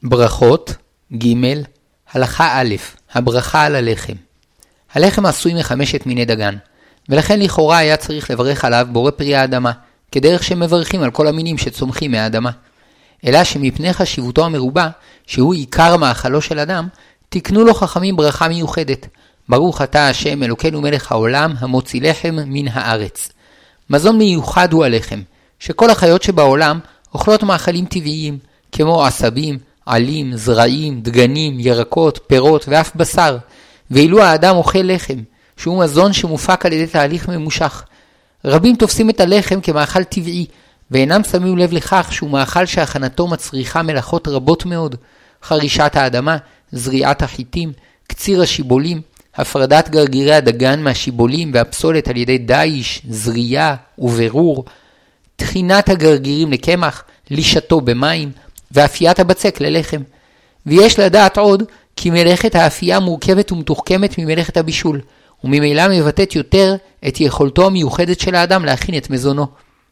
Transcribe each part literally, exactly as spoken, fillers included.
ברכות ג' הלכה א', הברכה על הלחם. הלחם עשוי מחמשת מיני דגן, ולכן לכאורה היה צריך לברך עליו בורא פרי האדמה, כדרך שמברכים על כל המינים שצומחים מהאדמה. אלא שמפני חשיבותו המרובה, שהוא עיקר מאכלו של אדם, תקנו לו חכמים ברכה מיוחדת. ברוך אתה השם אלוקינו מלך העולם, המוציא לחם מן הארץ. מזון מיוחד הוא הלחם, שכל החיות שבעולם אוכלות מאכלים טבעיים, כמו עשבים, עלים, זרעים, דגנים, ירקות, פירות ואף בשר. ואילו האדם אוכל לחם, שהוא מזון שמופק על ידי תהליך ממושך. רבים תופסים את הלחם כמאכל טבעי, ואינם שמים לב לכך שהוא מאכל שהכנתו מצריכה מלאכות רבות מאוד, חרישת האדמה, זריעת החיטים, קציר השיבולים, הפרדת גרגירי הדגן מהשיבולים והפסולת על ידי דייש, זריעה וברור, תחינת הגרגירים לקמח, לישתו במים, ואפיית הבצק ללחם. ויש לדעת עוד כי מלאכת האפייה מורכבת ומתוחכמת ממלאכת הבישול, וממילא מבטאת יותר את יכולתו המיוחדת של האדם להכין את מזונו.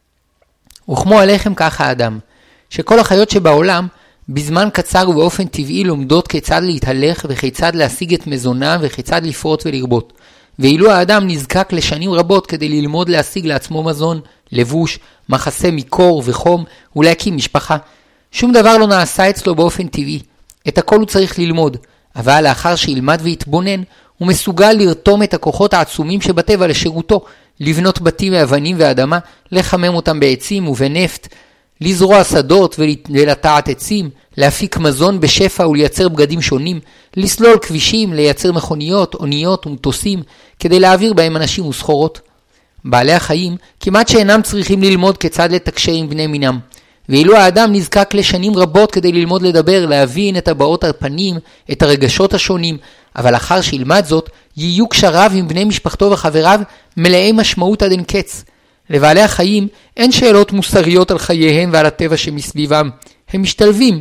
וכמו הלחם כך האדם, שכל החיות שבעולם בזמן קצר ובאופן טבעי לומדות כיצד להתהלך וכיצד להשיג את מזונם וכיצד לפרוט ולרבות. ואילו האדם נזקק לשנים רבות כדי ללמוד להשיג לעצמו מזון, לבוש, מחסה מקור וחום ולהקים משפחה. שום דבר לא נעשה אצלו באופן טבעי. את הכל הוא צריך ללמוד, אבל לאחר שילמד ויתבונן, הוא מסוגל לרתום את הכוחות העצומים שבטבע לשירותו, לבנות בתים מאבנים ואדמה, לחמם אותם בעצים ובנפט, לזרוע שדות ולטעת עצים, להפיק מזון בשפע ולייצר בגדים שונים, לסלול כבישים, לייצר מכוניות, אוניות ומטוסים, כדי להעביר בהם אנשים וסחורות. בעלי החיים כמעט שאינם צריכים ללמוד כיצד לתקשר עם בני מינם. ואילו האדם נזקק לשנים רבות כדי ללמוד לדבר, להבין את הבעות הפנים, את הרגשות השונים, אבל אחר שילמד זאת, יהיו קשריו עם בני משפחתו וחבריו מלאי משמעות עד אין קץ. לבעלי החיים אין שאלות מוסריות על חייהם ועל הטבע שמסביבם, הם משתלבים.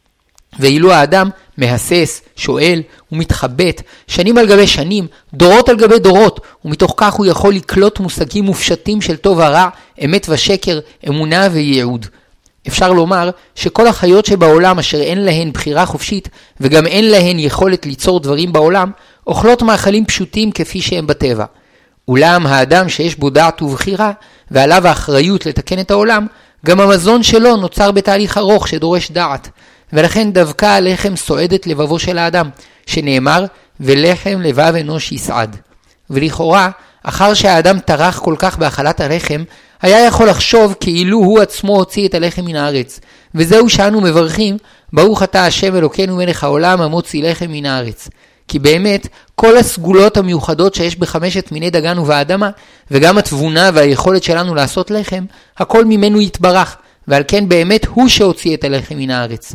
ואילו האדם מהסס, שואל ומתחבט, שנים על גבי שנים, דורות על גבי דורות, ומתוך כך הוא יכול לקלוט מושגים מופשטים של טוב ורע, אמת ושקר, אמונה וייעוד. אפשר לומר שכל החיות שבעולם אשר אין להן בחירה חופשית וגם אין להן יכולת ליצור דברים בעולם, אוכלות מאכלים פשוטים כפי שהם בטבע. אולם האדם שיש בו דעת ובחירה ועליו האחריות לתקן את העולם, גם המזון שלו נוצר בתהליך ארוך שדורש דעת. ולכן דווקא הלחם סועד את לבבו של האדם, שנאמר ולחם לבב אנוש יסעד. ולכאורה, אחר שהאדם טרח כל כך באכלת הלחם, היה יכול לחשוב כאילו הוא עצמו הוציא את הלחם מן הארץ. וזהו שאנו מברכים, ברוך אתה השם אלוקינו מלך העולם המוציא לחם מן הארץ. כי באמת, כל הסגולות המיוחדות שיש בחמשת מיני דגן ובאדמה, וגם התבונה והיכולת שלנו לעשות לחם, הכל ממנו יתברך, ועל כן באמת הוא שהוציא את הלחם מן הארץ.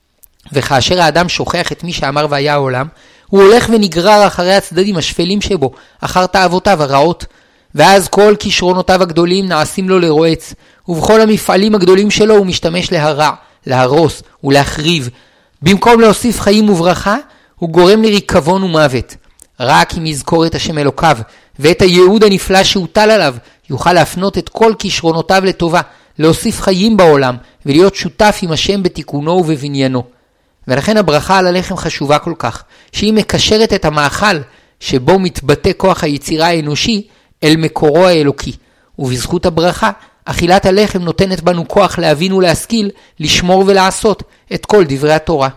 וכאשר האדם שוכח את מי שאמר והיה העולם, הוא הולך ונגרר אחרי הצדדים השפלים שבו, אחר תאוותיו הרעות, ואז כל כישרונותיו הגדולים נעשים לו לרועץ, ובכל המפעלים הגדולים שלו הוא משתמש להרע, להרוס ולהחריב. במקום להוסיף חיים וברכה, הוא גורם לריקבון ומוות. רק אם יזכור את השם אלוקיו, ואת הייעוד הנפלא שהוטל עליו, יוכל להפנות את כל כישרונותיו לטובה, להוסיף חיים בעולם, ולהיות שותף עם השם בתיקונו ובבניינו. ולכן הברכה על הלחם חשובה כל כך, שהיא מקשרת את המאכל, שבו מתבטא כוח היצירה האנושי, אל מקורו האלוקי. ובזכות הברכה, אכילת הלחם נותנת בנו כוח להבין ולהשכיל, לשמור ולעשות את כל דברי התורה.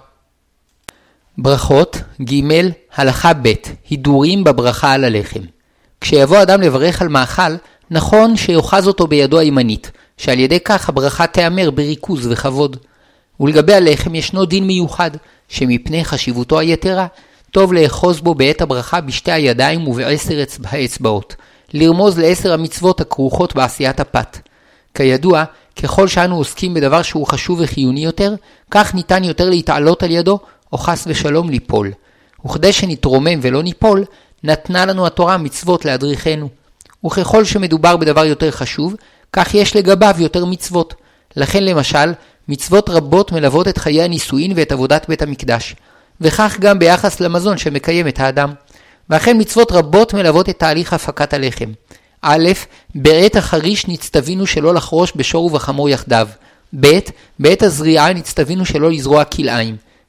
ברכות ג' הלכה ב' הידורים בברכה על הלחם. כשיבוא אדם לברך על מאכל, נכון שיוחז אותו בידו הימנית, שעל ידי כך הברכה תאמר בריכוז וכבוד. ולגבי הלחם ישנו דין מיוחד, שמפני חשיבותו היתרה, טוב לאחוז בו בעת הברכה בשתי הידיים ובעשר האצבעות, לרמוז לעשר המצוות הכרוכות בעשיית הפת. כידוע, ככל שאנו עוסקים בדבר שהוא חשוב וחיוני יותר, כך ניתן יותר להתעלות על ידו, או חס ושלום ליפול. וכדי שנתרומם ולא ניפול, נתנה לנו התורה מצוות להדריכנו. וככל שמדובר בדבר יותר חשוב, כך יש לגביו יותר מצוות. לכן למשל, מצוות רבות מלוות את חיי הנישואין ואת עבודת בית המקדש. וכך גם ביחס למזון שמקיים את האדם. ואכן מצוות רבות מלוות את תהליך הפקת הלחם. א', בעת החריש נצטווינו שלא לחרוש בשור ובחמור יחדיו. ב', בעת הזריעה נצטווינו שלא לזרוע כלאיים.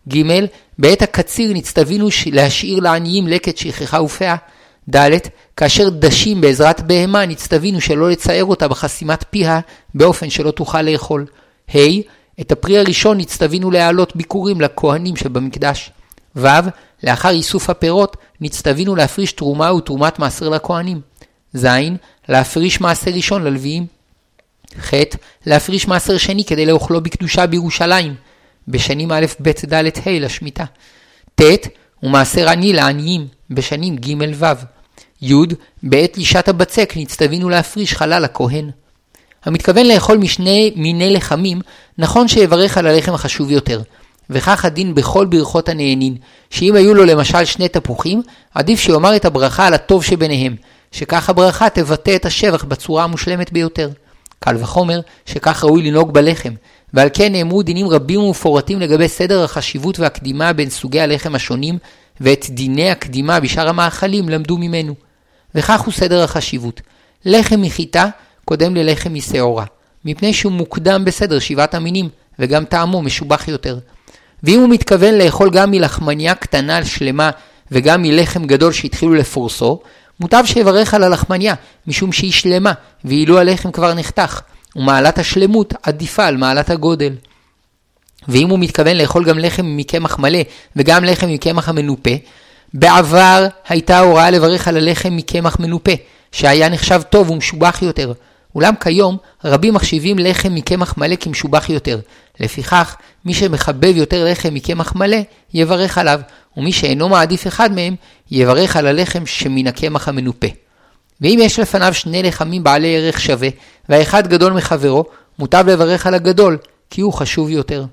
ג' בעת הקציר נצטווינו להשאיר לעניים לקט שכחה ופאה. ד' כאשר דשים בעזרת בהמה נצטווינו שלא לצייר אותה בחסימת פיה באופן שלא תוכל לאכול. ה' את הפרי הראשון נצטווינו להעלות ביקורים לכהנים שבמקדש. ו' לאחר איסוף הפירות נצטווינו להפריש תרומה ותרומת מעשר לכהנים. ז' להפריש מעשר ראשון ללוויים. ח' להפריש מעשר שני כדי לאוכלו בקדושה בירושלים בשנים א' ב' ד' ה' לשמיטה. ט' ומעשר עני לעניים בשנים ג' ו'. י' בעת לישת הבצק נצטווינו להפריש חלה לכהן. המתכוון לאכול משני מיני לחמים נכון שיברך על הלחם החשוב יותר, וכך הדין בכל ברכות הנהנין, שאם היו לו למשל שני תפוחים, עדיף שיאמר את הברכה על הטוב שביניהם, שכך הברכה תבטא את השבח בצורה המושלמת ביותר. קל וחומר שכך ראוי לנהוג בלחם, ועל כן נאמרו דינים רבים ומפורטים לגבי סדר החשיבות והקדימה בין סוגי הלחם השונים, ואת דיני הקדימה בשאר המאכלים למדו ממנו. וכך הוא סדר החשיבות. לחם מחיטה קודם ללחם משעורה, מפני שהוא מוקדם בסדר שבעת המינים, וגם טעמו משובח יותר. ואם הוא מתכוון לאכול גם מלחמניה קטנה שלמה, וגם מלחם גדול שהתחילו לפורסו, מוטב שיברך על הלחמניה, משום שהיא שלמה, ואילו הלחם כבר נחתך, ומעלת השלמות עדיפה על מעלת הגודל. ואם הוא מתכוון לאכול גם לחם מקמח מלא, וגם לחם מקמח המנופה, בעבר הייתה הוראה לברך על הלחם מקמח מנופה, שהיה נחשב טוב ומשובח יותר. אולם כיום רבים מחשיבים לחם מקמח מלא כמשובח יותר. לפיכך, מי שמחבב יותר לחם מקמח מלא, יברך עליו, ומי שאינו מעדיף אחד מהם, יברך על הלחם שמן הקמח המנופה. ואם יש לפניו שני לחמים בעלי ערך שווה, והאחד גדול מחברו, מוטב לברך על הגדול, כי הוא חשוב יותר.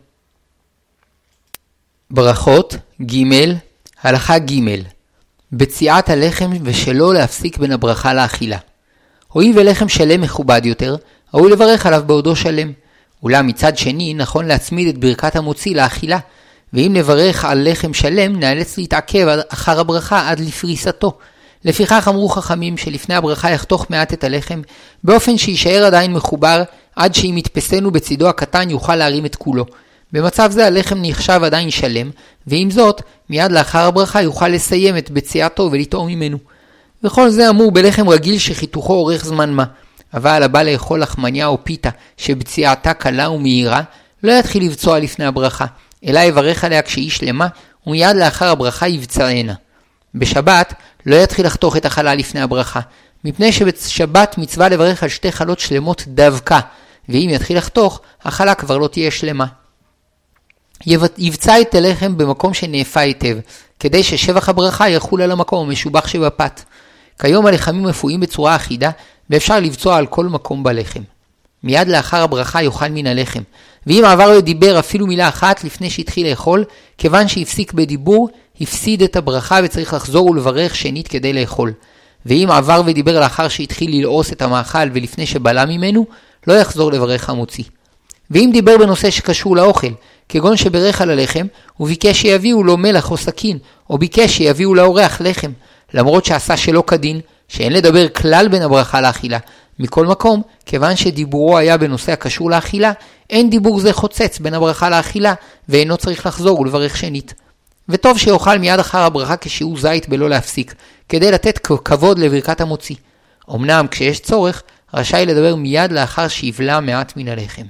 ברכות ג' הלכה ג' בציעת הלחם ושלא להפסיק בין הברכה לאכילה. הואיל ולחם שלם מכובד יותר, ראוי לברך עליו בעודו שלם. אולם מצד שני נכון להצמיד את ברכת המוציא לאכילה, ואם נברך על לחם שלם נאלץ להתעכב אחר הברכה עד לפריסתו. לפיכך אמרו חכמים שלפני הברכה יחתוך מעט את הלחם, באופן שישאר עדיין מחובר עד שאם יתפסנו בצידו הקטן יוכל להרים את כולו. במצב זה הלחם נחשב עדיין שלם, ועם זאת מיד לאחר הברכה יוכל לסיים את בציעתו ולטעום ממנו. וכל זה אמור בלחם רגיל שחיתוכו אורך זמן מה. אבל הבא לאכול לחמניה או פיתה שבציעתה קלה ומהירה, לא יתחיל לבצוע לפני הברכה, אלא יברך עליה כשהיא שלמה, ומיד לאחר הברכה יבצענה. בשבת לא יתחיל לחתוך את החלה לפני הברכה, מפני שבשבת מצווה לברך על שתי חלות שלמות דווקא, ואם יתחיל לחתוך, החלה כבר לא תהיה שלמה. יבצע את הלחם במקום שנאפה היטב, כדי ששבח הברכה יחול על המקום המשובח שבפת. כיום הלחמים מפויים בצורה אחידה, ואפשר לבצוע על כל מקום בלחם. מיד לאחר הברכה יאכל מן הלחם, ואם עבר ודיבר אפילו מילה אחת לפני שהתחיל לאכול, כיוון שהפסיק בדיבור, הפסיד את הברכה וצריך לחזור ולברך שנית כדי לאכול. ואם עבר ודיבר לאחר שהתחיל ללעוס את המאכל ולפני שבלה ממנו, לא יחזור לברך המוציא. ואם דיבר בנושא שקשור לאוכל, כגון שברך על הלחם, וביקש שיביאו לו מלח או סכין, או ביקש שיביאו לאורח לחם, למרות שעשה שלא כדין, שאין לדבר כלל בין הברכה לאכילה. מכל מקום, כיוון שדיבורו היה בנושא הקשור לאכילה, אין דיבור זה חוצץ בין הברכה לאכילה, ואינו צריך לחזור ולברך שנית. וטוב שיאכל מיד אחר הברכה כשיעור זית בלא להפסיק, כדי לתת כבוד לברכת המוציא. אמנם כשיש צורך, רשאי לדבר מיד לאחר שיבלע מעט מן הלחם.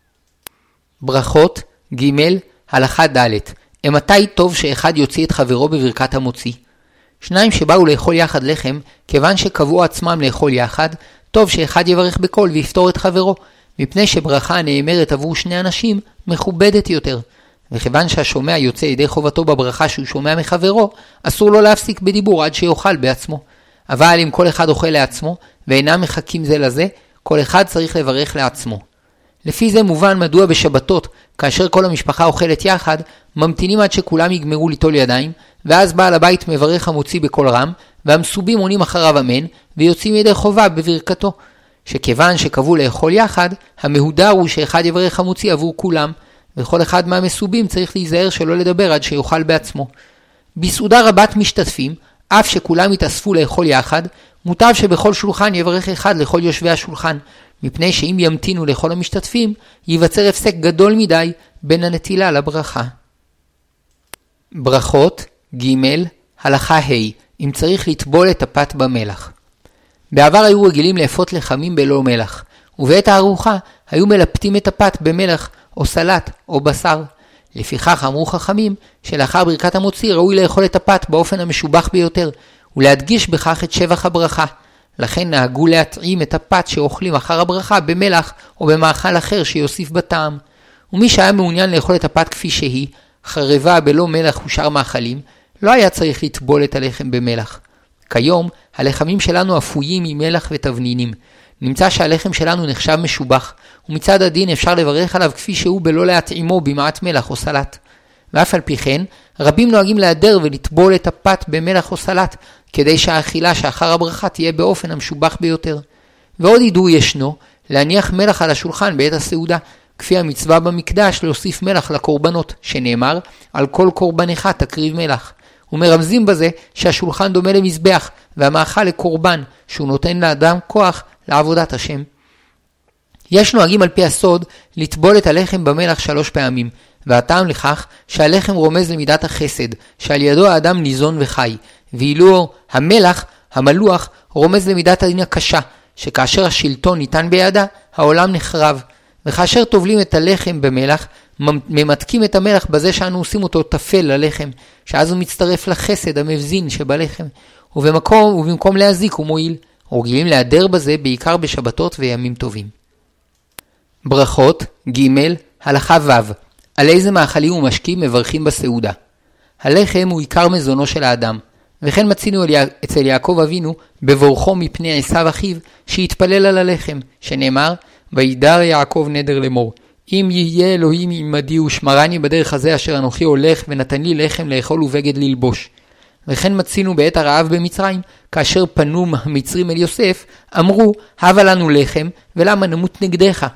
ברכות ג' הלכה ד' מתי טוב שאחד יוציא את חברו בברכת המוציא. שניים שבאו לאכול יחד לחם, כיוון שקבעו עצמם לאכול יחד, טוב שאחד יברך בקול ויפתור את חברו, מפני שברכה נאמרת עבור שני אנשים מכובדת יותר. וכיוון שהשומע יוצא ידי חובתו בברכה שהוא שומע מחברו, אסור לו להפסיק בדיבור עד שיאכל בעצמו. אבל אם כל אחד אוכל לעצמו, ואינם מחכים זה לזה, כל אחד צריך לברך לעצמו. לפי זה מובן מדוע בשבתות, כאשר כל המשפחה אוכלת יחד, ממתינים עד שכולם יגמרו ליטול ידיים, ואז בעל הבית מברך המוציא בקול רם, והמסובים עונים אחריו אמן, ויוצאים ידי חובה בברכתו. שכיוון שקבעו לאכול יחד, המהודר הוא שאחד יברך המוציא עבור כולם, וכל אחד מהמסובים צריך להיזהר שלא לדבר עד שיאכל בעצמו. בסעודה רבת משתתפים, אף שכולם יתאספו לאכול יחד, מוטב שבכל שולחן יברך אחד לכל יושבי השולחן, מפני שאם ימתינו לכל המשתתפים, ייווצר הפסק גדול מדי בין הנטילה לברכה. ברכות ג' הלכה ה' אם צריך לטבול את הפת במלח. בעבר היו רגילים לאפות לחמים בלא מלח, ובעת הארוחה היו מלפתים את הפת במלח או סלט או בשר. לפיכך אמרו חכמים שלאחר ברכת המוציא ראוי לאכול את הפת באופן המשובח ביותר, ולהדגיש בכך את שבח הברכה. לכן נהגו להתעים את הפת שאוכלים אחר הברכה במלח או במאכל אחר שיוסיף בטעם. ומי שהיה מעוניין לאכול את הפת כפי שהיא, חרבה בלא מלח ושאר מאכלים, לא היה צריך לטבול את הלחם במלח. כיום הלחמים שלנו אפויים עם מלח ותבנינים. נמצא שהלחם שלנו נחשב משובח, ומצד הדין אפשר לברך עליו כפי שהוא בלא להתעימו במעט מלח או סלט. ואף על פי כן, רבים נוהגים להדר ולטבול את הפת במלח או סלט, כדי שהאכילה שאחר הברכה תהיה באופן המשובח ביותר. ועוד ידעו ישנו, להניח מלח על השולחן בעת הסעודה, כפי המצווה במקדש להוסיף מלח לקורבנות, שנאמר, על כל קורבנך תקריב מלח. ומרמזים בזה שהשולחן דומה למזבח, והמאכל לקורבן, שהוא נותן לאדם כוח לעבודת השם. יש נוהגים על פי הסוד לטבול את הלחם במלח שלוש פעמים, והטעם לכך שהלחם רומז למידת החסד, שעל ידו האדם ניזון וחי, ואילו המלח, המלוח, רומז למידת הדין הקשה, שכאשר השלטון ניתן בידה, העולם נחרב. וכאשר טובלים את הלחם במלח, ממתקים את המלח בזה שאנו עושים אותו תפל ללחם, שאז הוא מצטרף לחסד המבזין שבלחם, ובמקום, ובמקום להזיק הוא מועיל. רגילים להדר בזה בעיקר בשבתות וימים טובים. ברכות ג' הלכה ו' על איזה מאכלים ומשקים מברכים בסעודה. הלחם הוא עיקר מזונו של האדם, וכן מצינו אצל יעקב אבינו בבורכו מפני עשיו אחיו שהתפלל על הלחם, שנאמר, וידר יעקב נדר לאמור, אם יהיה אלוהים עמדי ושמרני בדרך הזה אשר אנוכי הולך ונתן לי לחם לאכול ובגד ללבוש. וכן מצינו בעת הרעב במצרים, כאשר פנו המצרים אל יוסף, אמרו, הבה לנו לחם ולמה נמות נגדך.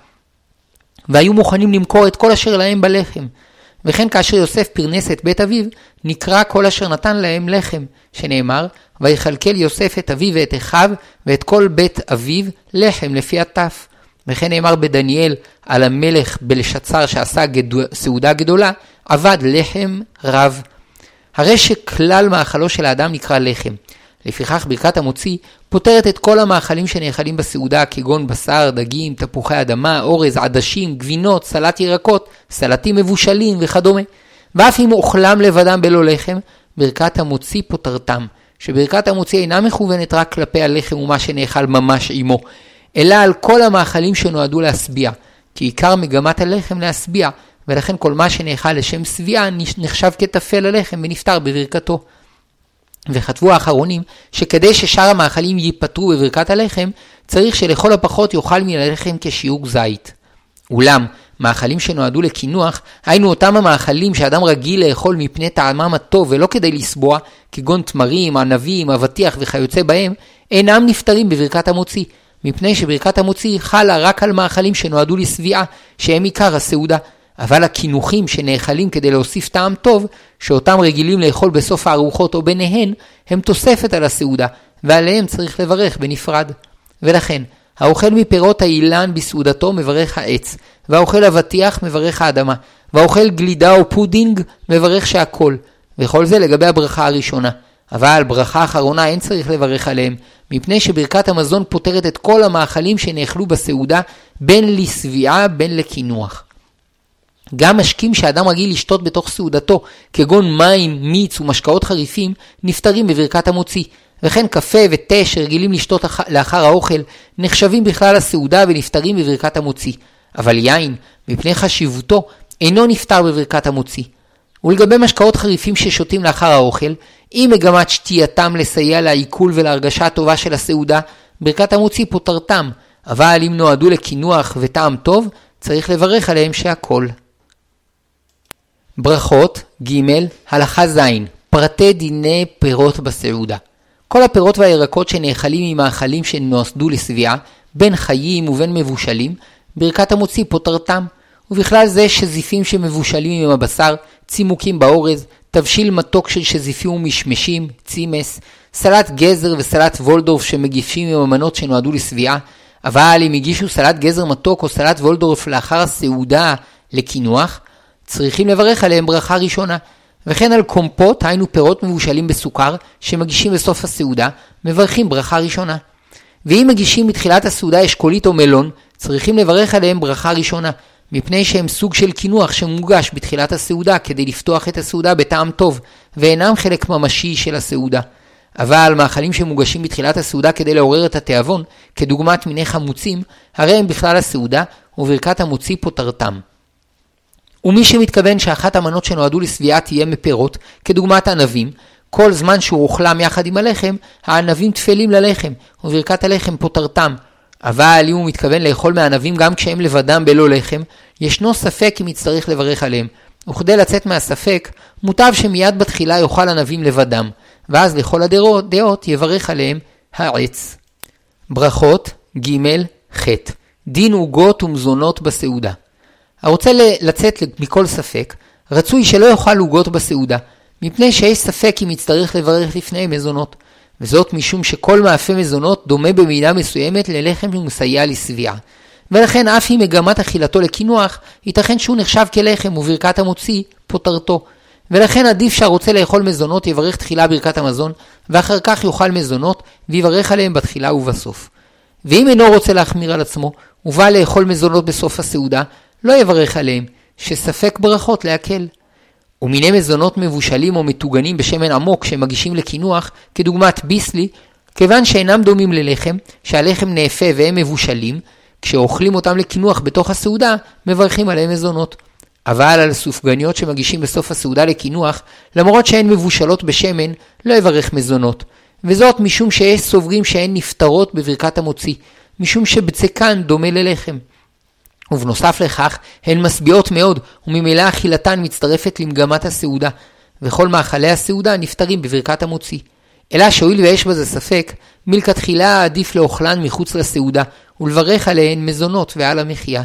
והיו מוכנים למכור את כל אשר להם בלחם. וכן כאשר יוסף פרנס את בית אביו, נקרא כל אשר נתן להם לחם, שנאמר, ויחלקל יוסף את אביו ואת אחיו ואת כל בית אביו לחם לפי הטף. וכן נאמר בדניאל על המלך בלשצר שעשה גדול, סעודה גדולה, עבד לחם רב. הרי שכלל מאכלו של האדם נקרא לחם. לפיכך ברכת המוציא פותרת את כל המאכלים שנאכלים בסעודה, כגון בשר, דגים, תפוחי אדמה, אורז, עדשים, גבינות, סלט ירקות, סלטים מבושלים וכדומה. ואף אם אוכלם לבדם בלא לחם, ברכת המוציא פותרתם, שברכת המוציא אינה מכוונת רק כלפי הלחם ומה שנאכל ממש עמו, אלא על כל המאכלים שנועדו להסביע, כי עיקר מגמת הלחם להסביע, ולכן כל מה שנאכל לשם סביעה נחשב כתפל ללחם ונפטר בברכתו. וכתבו האחרונים שכדי ששאר המאכלים ייפטרו בברכת הלחם, צריך שלכל הפחות יאכל מן הלחם כשיעור זית. אולם, מאכלים שנועדו לקינוח, היינו אותם המאכלים שאדם רגיל לאכול מפני טעמם הטוב ולא כדי לסבוע, כגון תמרים, ענבים, אבטיח וכיוצא בהם, אינם נפטרים בברכת המוציא, מפני שברכת המוציא חלה רק על מאכלים שנועדו לסביעה, שהם עיקר הסעודה. אבל הכינוחים שנאכלים כדי להוסיף טעם טוב, שאותם רגילים לאכול בסוף הארוחות או ביניהן, הם תוספת על הסעודה, ועליהם צריך לברך בנפרד. ולכן, האוכל מפירות האילן בסעודתו מברך העץ, והאוכל אבטיח מברך האדמה, והאוכל גלידה או פודינג מברך שהכל, וכל זה לגבי הברכה הראשונה. אבל ברכה האחרונה אין צריך לברך עליהם, מפני שברכת המזון פותרת את כל המאכלים שנאכלו בסעודה, בין לסביעה בין לקינוח. גם משקים שאדם רגיל לשתות בתוך סעודתו, כגון מים, מיץ ומשקאות חריפים, נפטרים בברכת המוציא. וכן קפה ותה שרגילים לשתות לאחר האוכל, נחשבים בכלל הסעודה ונפטרים בברכת המוציא. אבל יין, מפני חשיבותו, אינו נפטר בברכת המוציא. ולגבי משקאות חריפים ששותים לאחר האוכל, אם מגמת שתייתם לסייע לעיכול ולהרגשה הטובה של הסעודה, ברכת המוציא פותרתם. אבל אם נועדו לקינוח וטעם טוב, צריך לברך עליהם שהכל. ברכות ג' הלכה ז' פרטי דיני פירות בסעודה. כל הפירות והירקות שנאכלים עם מאכלים שנועדו לסביעה, בין חיים ובין מבושלים, ברכת המוציא פותרתם, ובכלל זה שזיפים שמבושלים עם הבשר, צימוקים באורז, תבשיל מתוק של שזיפים ומשמשים, צימס, סלט גזר וסלט וולדורף שמגישים עם המנות שנועדו לסביעה. אבל אם הגישו סלט גזר מתוק או סלט וולדורף לאחר הסעודה לקינוח, צריכים לברך עליהם ברכה ראשונה, וכן על קומפוט, היינו פירות מבושלים בסוכר, שמגישים בסוף הסעודה, מברכים ברכה ראשונה. ואם מגישים מתחילת הסעודה אשכולית או מלון, צריכים לברך עליהם ברכה ראשונה, מפני שהם סוג של קינוח שמוגש בתחילת הסעודה כדי לפתוח את הסעודה בטעם טוב, ואינם חלק ממשי של הסעודה. אבל מאכלים שמוגשים בתחילת הסעודה כדי לעורר את התיאבון, כדוגמת מיני חמוצים, הרי הם בכלל הסעודה, וברכת המוציא פותרתם. ומי שמתכוון שאחת המנות שנועדו לסביעה תהיה מפירות, כדוגמת ענבים, כל זמן שהוא אוכלם יחד עם הלחם, הענבים תפלים ללחם, וברכת הלחם פותרתם. אבל אם הוא מתכוון לאכול מהענבים גם כשהם לבדם בלא לחם, ישנו ספק אם יצטרך לברך עליהם. וכדי לצאת מהספק, מוטב שמיד בתחילה יאכל ענבים לבדם, ואז לכל הדעות דעות יברך עליהם העץ. ברכות ג' ח' דין עוגות ומזונות בסעודה. הרוצה לצאת מכל ספק, רצוי שלא יאכל עוגות בסעודה, מפני שיש ספק אם יצטרך לברך לפני מזונות, וזאת משום שכל מאפה מזונות דומה במידה מסוימת ללחם שמסייע לסביעה. ולכן אף אם מגמת אכילתו לקינוח, ייתכן שהוא נחשב כלחם וברכת המוציא פותרתו. ולכן עדיף שהרוצה לאכול מזונות יברך תחילה ברכת המזון, ואחר כך יאכל מזונות ויברך עליהם בתחילה ובסוף. ואם אינו רוצה להחמיר על עצמו, ובא לאכול מזונות בסוף הסעודה, לא יברך עליהם, שספק ברכות להקל. ומיני מזונות מבושלים או מטוגנים בשמן עמוק שמגישים לקינוח, כדוגמת ביסלי, כיוון שאינם דומים ללחם, שהלחם נאפה והם מבושלים, כשאוכלים אותם לקינוח בתוך הסעודה, מברכים עליהם מזונות. אבל על סופגניות שמגישים בסוף הסעודה לקינוח, למרות שהן מבושלות בשמן, לא יברך מזונות. וזאת משום שיש סוברים שהן נפטרות בברכת המוציא, משום שבצקן דומה ללחם. ובנוסף לכך, הן משביעות מאוד, וממילא אכילתן מצטרפת למגמת הסעודה, וכל מאכלי הסעודה נפטרים בברכת המוציא. אלא שהואיל ויש בזה ספק, מלכתחילה עדיף לאוכלן מחוץ לסעודה, ולברך עליהן מזונות ועל המחיה.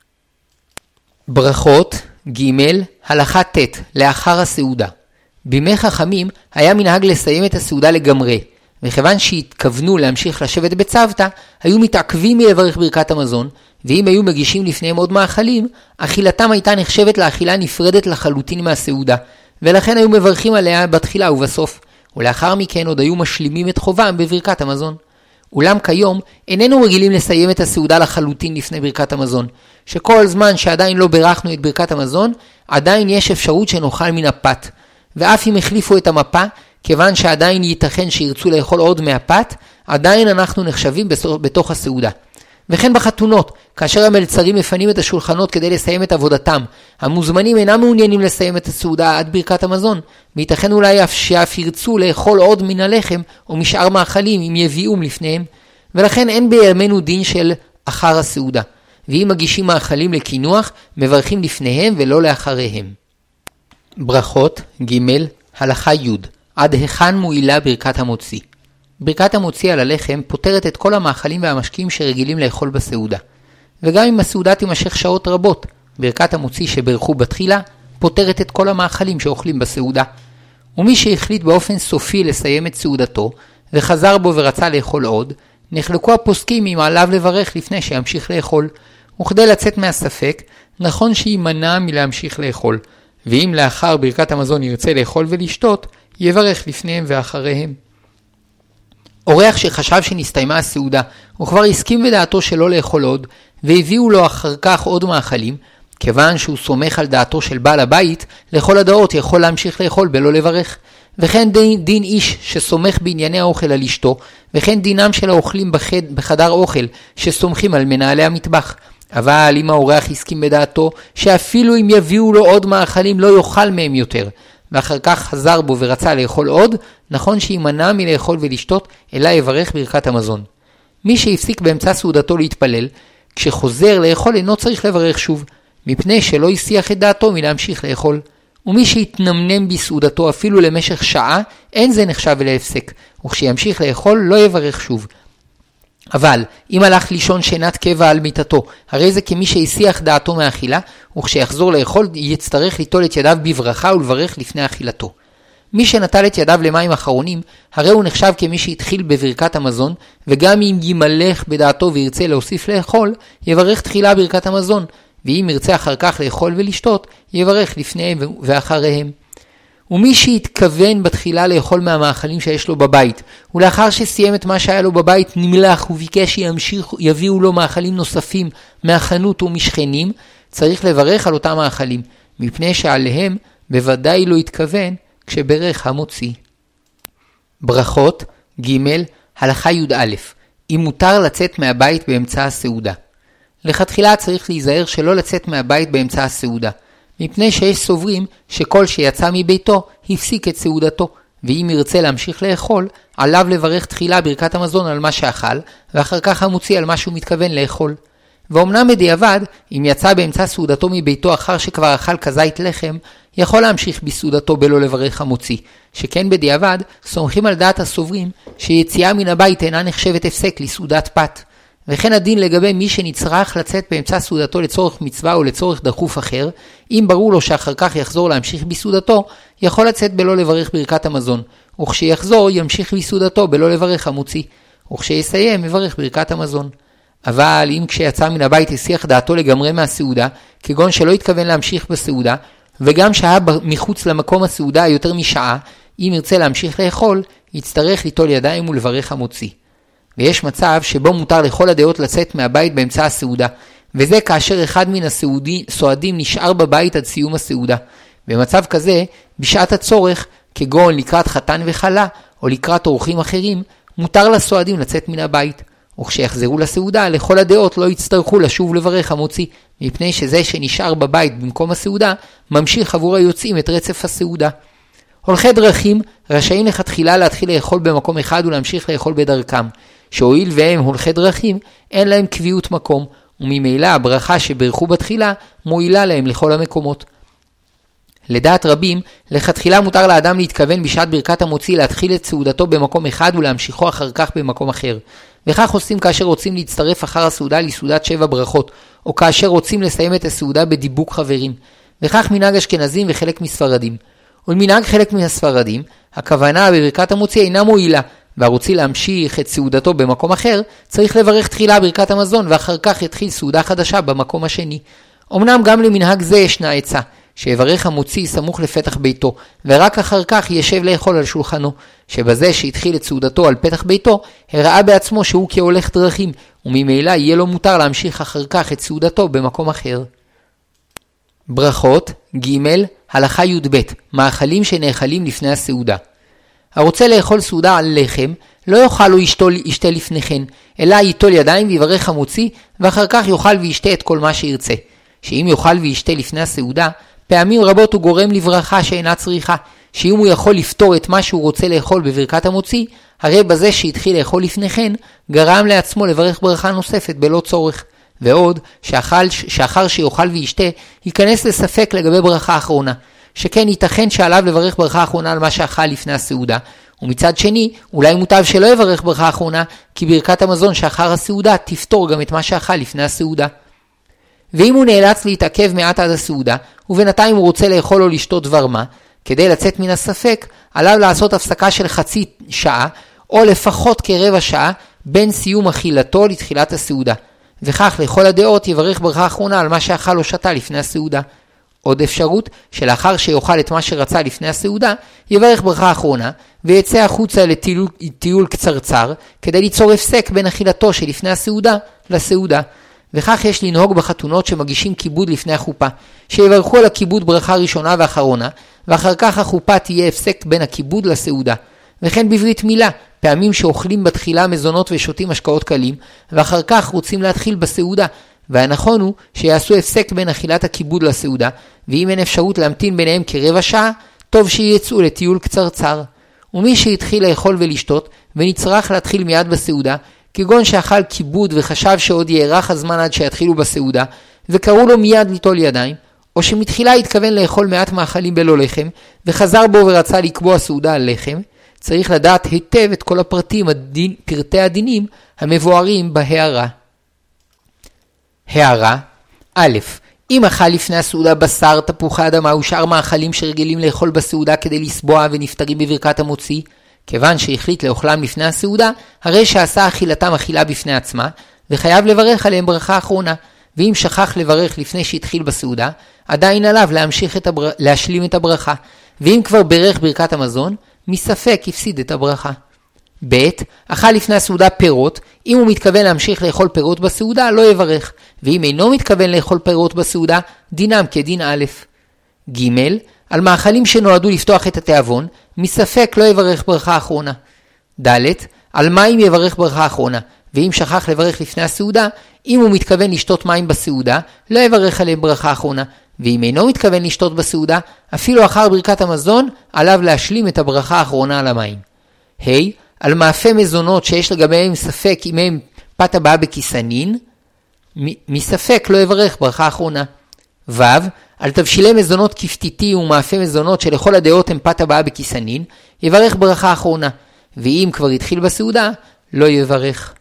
ברכות ג' הלכה ט' לאחר הסעודה. בימי חכמים היה מנהג לסיים את הסעודה לגמרי, וכיוון שהתכוונו להמשיך לשבת בצוותא, היו מתעכבים מלברך ברכת המזון, ואם היו מגישים לפניהם עוד מאכלים, אכילתם הייתה נחשבת לאכילה נפרדת לחלוטין מהסעודה, ולכן היו מברכים עליה בתחילה ובסוף, ולאחר מכן עוד היו משלימים את חובם בברכת המזון. אולם כיום איננו רגילים לסיים את הסעודה לחלוטין לפני ברכת המזון, שכל זמן שעדיין לא ברכנו את ברכת המזון, עדיין יש אפשרות שנאכל מן הפת, ואף אם החליפו את המפה, כיוון שעדיין ייתכן שירצו לאכול עוד מהפת, עדיין אנחנו נחשבים בתוך הסעודה. וכן בחתונות, כאשר המלצרים מפנים את השולחנות כדי לסיים את עבודתם, המוזמנים אינם מעוניינים לסיים את הסעודה עד ברכת המזון, וייתכן אולי שאף ירצו לאכול עוד מן הלחם או משאר מאכלים אם יביאום לפניהם, ולכן אין בימינו דין של אחר הסעודה, ואם מגישים מאכלים לקינוח, מברכים לפניהם ולא לאחריהם. ברכות ג' הלכה י' עד היכן מועילה ברכת המוציא. ברכת המוציא על הלחם פותרת את כל המאכלים והמשקים שרגילים לאכול בסעודה. וגם אם הסעודה תימשך שעות רבות, ברכת המוציא שברכו בתחילה פותרת את כל המאכלים שאוכלים בסעודה. ומי שהחליט באופן סופי לסיים את סעודתו וחזר בו ורצה לאכול עוד, נחלקו הפוסקים אם עליו לברך לפני שימשיך לאכול. וכדי לצאת מהספק, נכון שימנע מלהמשיך לאכול, ואם לאחר ברכת המזון ירצה לאכול ולשתות, יברך לפניהם ואחריהם. אורח שחשב שנסתיימה הסעודה, הוא כבר הסכים בדעתו שלא לאכול עוד, והביאו לו אחר כך עוד מאכלים, כיוון שהוא סומך על דעתו של בעל הבית, לכל הדעות יכול להמשיך לאכול בלא לברך. וכן דין, דין איש שסומך בענייני האוכל על אשתו, וכן דינם של האוכלים בחד, בחדר אוכל שסומכים על מנהלי המטבח. אבל אם האורח הסכים בדעתו שאפילו אם יביאו לו עוד מאכלים לא יאכל מהם יותר, ואחר כך חזר בו ורצה לאכול עוד, נכון שימנע מלאכול ולשתות, אלא יברך ברכת המזון. מי שהפסיק באמצע סעודתו להתפלל, כשחוזר לאכול אינו צריך לברך שוב, מפני שלא יסיח את דעתו מלהמשיך לאכול. ומי שהתנמנם בסעודתו אפילו למשך שעה, אין זה נחשב להפסק, וכשימשיך לאכול לא יברך שוב. אבל אם הלך לישון שינת קבע על מיטתו, הרי זה כמי שהסיח דעתו מאכילה, וכשיחזור לאכול יצטרך ליטול את ידיו בברכה ולברך לפני אכילתו. מי שנטל את ידיו למים אחרונים, הרי הוא נחשב כמי שהתחיל בברכת המזון, וגם אם ימלך בדעתו וירצה להוסיף לאכול, יברך תחילה ברכת המזון, ואם ירצה אחר כך לאכול ולשתות, יברך לפניהם ואחריהם. ומי שהתכוון בתחילה לאכול מהמאכלים שיש לו בבית, ולאחר שסיים את מה שהיה לו בבית נמלח וביקש שימשיך, יביאו לו מאכלים נוספים מהחנות ומשכנים, צריך לברך על אותם מאכלים, מפני שעליהם בוודאי לא התכוון כשברך המוציא. ברכות ג' הלכה י"א אם מותר לצאת מהבית באמצע הסעודה. לכתחילה צריך להיזהר שלא לצאת מהבית באמצע הסעודה, מפני שיש סוברים שכל שיצא מביתו הפסיק את סעודתו, ואם ירצה להמשיך לאכול, עליו לברך תחילה ברכת המזון על מה שאכל, ואחר כך המוציא על מה שהוא מתכוון לאכול. ואומנם בדיעבד, אם יצא באמצע סעודתו מביתו אחר שכבר אכל כזית לחם, יכול להמשיך בסעודתו בלא לברך המוציא, שכן בדיעבד סומכים על דעת הסוברים שיציאה מן הבית אינה נחשבת הפסק לסעודת פת. וכן הדין לגבי מי שנצטרך לצאת באמצע סעודתו לצורך מצווה או לצורך דחוף אחר, אם ברור לו שאחר כך יחזור להמשיך בסעודתו, יכול לצאת בלא לברך ברכת המזון, וכשיחזור ימשיך בסעודתו בלא לברך המוציא, וכשיסיים יברך ברכת המזון. אבל אם כשיצא מן הבית הסיח דעתו לגמרי מהסעודה, כגון שלא התכוון להמשיך בסעודה, וגם שהיה מחוץ למקום הסעודה יותר משעה, אם ירצה להמשיך לאכול, יצטרך ליטול ידיים ולברך המוציא. ויש מצב שבו מותר לכל הדעות לצאת מהבית באמצע הסעודה, וזה כאשר אחד מן הסועדים נשאר בבית עד סיום הסעודה. במצב כזה, בשעת הצורך, כגון לקראת חתן וחלה, או לקראת אורחים אחרים, מותר לסועדים לצאת מן הבית. וכשיחזרו לסעודה, לכל הדעות לא יצטרכו לשוב לברך המוציא, מפני שזה שנשאר בבית במקום הסעודה, ממשיך עבור היוצאים את רצף הסעודה. הולכי דרכים רשאים לכתחילה להתחיל לאכול במקום אחד ולהמשיך לאכול בדרכם, שהואיל והם הולכי דרכים, אין להם קביעות מקום, וממילא הברכה שברכו בתחילה מועילה להם לכל המקומות. לדעת רבים, לכתחילה מותר לאדם להתכוון בשעת ברכת המוציא להתחיל את סעודתו במקום אחד ולהמשיכו אחר כך במקום אחר. וכך עושים כאשר רוצים להצטרף אחר הסעודה לסעודת שבע ברכות, או כאשר רוצים לסיים את הסעודה בדיבוק חברים. וכך מנהג אשכנזים וחלק מספרדים. ולמנהג חלק מהספרדים, הכוונה בברכת המוציא אינה מועילה, והרוצי להמשיך את סעודתו במקום אחר, צריך לברך תחילה ברכת המזון, ואחר כך יתחיל סעודה חדשה במקום השני. אמנם גם למנהג זה ישנה עצה, שיברך המוציא סמוך לפתח ביתו, ורק אחר כך ישב לאכול על שולחנו, שבזה שהתחיל את סעודתו על פתח ביתו, הראה בעצמו שהוא כהולך דרכים, וממילא יהיה לו מותר להמשיך אחר כך את סעודתו במקום אחר. ברכות ג' הלכה י"ב מאכלים שנאכלים לפני הסעודה. הרוצה לאכול סעודה על לחם, לא יאכל או ישתה לפני כן, אלא ייטול ידיים ויברך המוציא, ואחר כך יאכל וישתה את כל מה שירצה. שאם יאכל וישתה לפני הסעודה, פעמים רבות הוא גורם לברכה שאינה צריכה, שאם הוא יכול לפתור את מה שהוא רוצה לאכול בברכת המוציא, הרי בזה שהתחיל לאכול לפני כן, גרם לעצמו לברך ברכה נוספת בלא צורך. ועוד, שאחר, שאחר שיאכל וישתה, ייכנס לספק לגבי ברכה האחרונה, שכן ייתכן שעליו לברך ברכה האחרונה על מה שאכל לפני הסעודה, ומצד שני, אולי מוטב שלא יברך ברכה האחרונה, כי ברכת המזון שאחר הסעודה תפתור גם את מה שאכל לפני הסעודה. ואם הוא נאלץ להתעכב מעט עד הסעודה, ובינתיים הוא רוצה לאכול או לשתות דבר מה, כדי לצאת מן הספק, עליו לעשות הפסקה של חצי שעה, או לפחות כרבע שעה, בין סיום אכילתו לתחילת הסעודה. וכך לכל הדעות יברך ברכה האחרונה על מה שאכל או שתה לפני הסעודה. עוד אפשרות שלאחר שיאכל את מה שרצה לפני הסעודה, יברך ברכה האחרונה, ויצא החוצה לטיול, לטיול קצרצר, כדי ליצור הפסק בין אכילתו שלפני הסעודה לסעודה. וכך יש לנהוג בחתונות שמגישים כיבוד לפני החופה, שיברכו על הכיבוד ברכה ראשונה ואחרונה, ואחר כך החופה תהיה הפסק בין הכיבוד לסעודה. וכן בברית מילה, פעמים שאוכלים בתחילה מזונות ושותים משקאות קלים, ואחר כך רוצים להתחיל בסעודה, והנכון הוא שיעשו הפסק בין אכילת הכיבוד לסעודה, ואם אין אפשרות להמתין ביניהם כרבע שעה, טוב שיצאו לטיול קצרצר. ומי שהתחיל לאכול ולשתות, ונצטרך להתחיל מיד בסעודה, כגון שאכל כיבוד וחשב שעוד יארך הזמן עד שיתחילו בסעודה, וקראו לו מיד ליטול ידיים, או שמתחילה התכוון לאכול מעט מאכלים בלא לחם, וחזר בו ורצה לקבוע סעודה על לחם, צריך לדעת היטב את כל הפרטים, הדין, פרטי הדינים המבוארים בהערה. הערה א', אם אכל לפני הסעודה בשר, תפוחי אדמה ושאר מאכלים שרגילים לאכול בסעודה כדי לסבוע ונפטרים בברכת המוציא, כיוון שהחליט לאוכלם לפני הסעודה, הרי שעשה אכילתם אכילה בפני עצמה, וחייב לברך עליהם ברכה האחרונה, ואם שכח לברך לפני שהתחיל בסעודה, עדיין עליו להמשיך את הבר... להשלים את הברכה, ואם כבר ברך ברכת המזון, מספק הפסיד את הברכה. ב' אכל לפני הסעודה פירות, אם הוא מתכוון להמשיך לאכול פירות בסעודה, לא יברך, ואם אינו מתכוון לאכול פירות בסעודה, דינם כדין א'. ג' על מאכלים שנועדו לפתוח את התיאבון, מספק לא יברך ברכה אחרונה. ד' על מים יברך ברכה אחרונה, ואם שכח לברך לפני הסעודה, אם הוא מתכוון לשתות מים בסעודה, לא יברך עליהם ברכה אחרונה, ואם אינו מתכוון לשתות בסעודה, אפילו אחר ברכת המזון, עליו להשלים את הברכה האחרונה על המים. ה' על מאפי מזונות שיש לגביהם ספק אם הם פת הבאה בכיסנין, מספק לא יברך ברכה אחרונה. ו' על תבשילי מזונות כפתיתי ומאפי מזונות שלכל הדעות הם פת הבאה בכיסנין, יברך ברכה אחרונה, ואם כבר התחיל בסעודה, לא יברך.